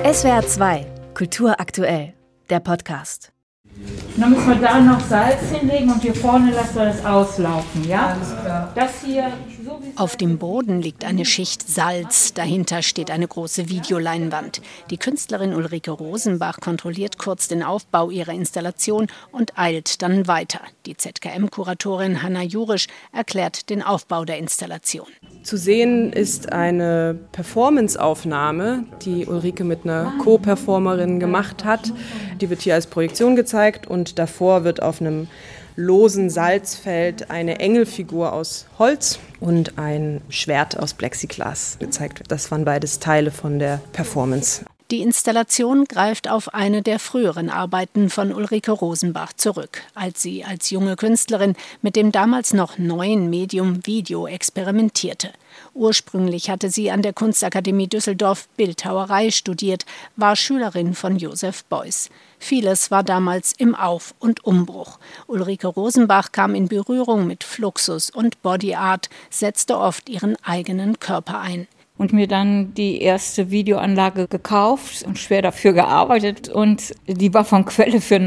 SWR 2, Kultur aktuell, der Podcast. Dann müssen wir da noch Salz hinlegen und hier vorne lassen wir das auslaufen, ja? Alles klar. Das hier... Auf dem Boden liegt eine Schicht Salz, dahinter steht eine große Videoleinwand. Die Künstlerin Ulrike Rosenbach kontrolliert kurz den Aufbau ihrer Installation und eilt dann weiter. Die ZKM-Kuratorin Hanna Jurisch erklärt den Aufbau der Installation. Zu sehen ist eine Performance-Aufnahme, die Ulrike mit einer Co-Performerin gemacht hat. Die wird hier als Projektion gezeigt und davor wird auf einem losen Salzfeld eine Engelfigur aus Holz und ein Schwert aus Plexiglas gezeigt. Das waren beides Teile von der Performance. Die Installation greift auf eine der früheren Arbeiten von Ulrike Rosenbach zurück, als sie als junge Künstlerin mit dem damals noch neuen Medium Video experimentierte. Ursprünglich hatte sie an der Kunstakademie Düsseldorf Bildhauerei studiert, war Schülerin von Joseph Beuys. Vieles war damals im Auf- und Umbruch. Ulrike Rosenbach kam in Berührung mit Fluxus und Body Art, setzte oft ihren eigenen Körper ein. Und mir dann die erste Videoanlage gekauft und schwer dafür gearbeitet. Und die war von Quelle für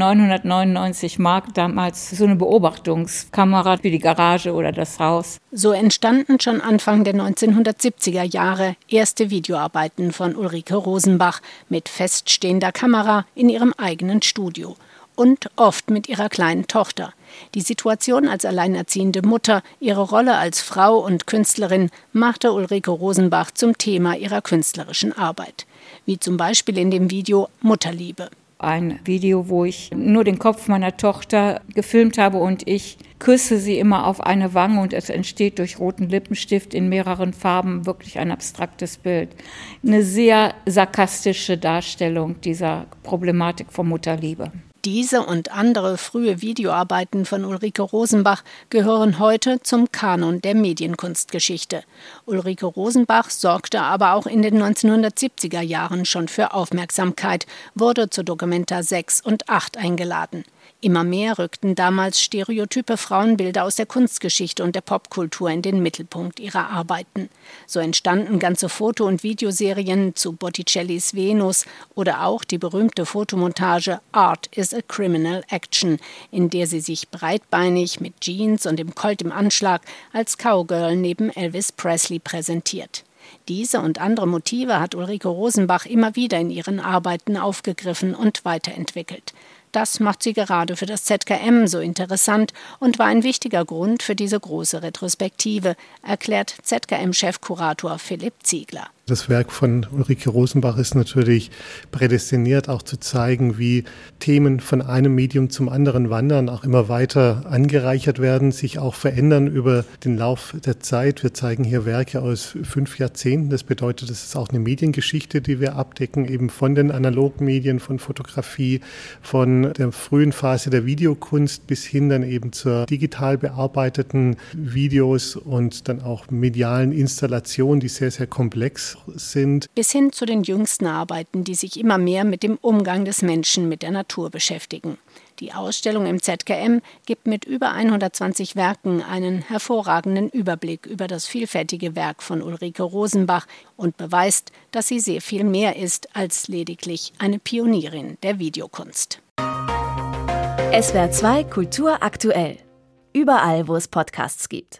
999 Mark damals so eine Beobachtungskamera für die Garage oder das Haus. So entstanden schon Anfang der 1970er Jahre erste Videoarbeiten von Ulrike Rosenbach mit feststehender Kamera in ihrem eigenen Studio. Und oft mit ihrer kleinen Tochter. Die Situation als alleinerziehende Mutter, ihre Rolle als Frau und Künstlerin machte Ulrike Rosenbach zum Thema ihrer künstlerischen Arbeit. Wie zum Beispiel in dem Video Mutterliebe. Ein Video, wo ich nur den Kopf meiner Tochter gefilmt habe und ich küsse sie immer auf eine Wange und es entsteht durch roten Lippenstift in mehreren Farben wirklich ein abstraktes Bild. Eine sehr sarkastische Darstellung dieser Problematik von Mutterliebe. Diese und andere frühe Videoarbeiten von Ulrike Rosenbach gehören heute zum Kanon der Medienkunstgeschichte. Ulrike Rosenbach sorgte aber auch in den 1970er Jahren schon für Aufmerksamkeit, wurde zu Documenta 6 und 8 eingeladen. Immer mehr rückten damals stereotype Frauenbilder aus der Kunstgeschichte und der Popkultur in den Mittelpunkt ihrer Arbeiten. So entstanden ganze Foto- und Videoserien zu Botticellis Venus oder auch die berühmte Fotomontage Art is a Criminal Action, in der sie sich breitbeinig mit Jeans und dem Colt im Anschlag als Cowgirl neben Elvis Presley präsentiert. Diese und andere Motive hat Ulrike Rosenbach immer wieder in ihren Arbeiten aufgegriffen und weiterentwickelt. Das macht sie gerade für das ZKM so interessant und war ein wichtiger Grund für diese große Retrospektive, erklärt ZKM-Chefkurator Philipp Ziegler. Das Werk von Ulrike Rosenbach ist natürlich prädestiniert, auch zu zeigen, wie Themen von einem Medium zum anderen wandern, auch immer weiter angereichert werden, sich auch verändern über den Lauf der Zeit. Wir zeigen hier Werke aus 5 Jahrzehnten. Das bedeutet, es ist auch eine Mediengeschichte, die wir abdecken, eben von den Analogmedien, von Fotografie, von der frühen Phase der Videokunst bis hin dann eben zur digital bearbeiteten Videos und dann auch medialen Installationen, die sehr, sehr komplex sind. Bis hin zu den jüngsten Arbeiten, die sich immer mehr mit dem Umgang des Menschen mit der Natur beschäftigen. Die Ausstellung im ZKM gibt mit über 120 Werken einen hervorragenden Überblick über das vielfältige Werk von Ulrike Rosenbach und beweist, dass sie sehr viel mehr ist als lediglich eine Pionierin der Videokunst. SWR 2 Kultur aktuell. Überall, wo es Podcasts gibt.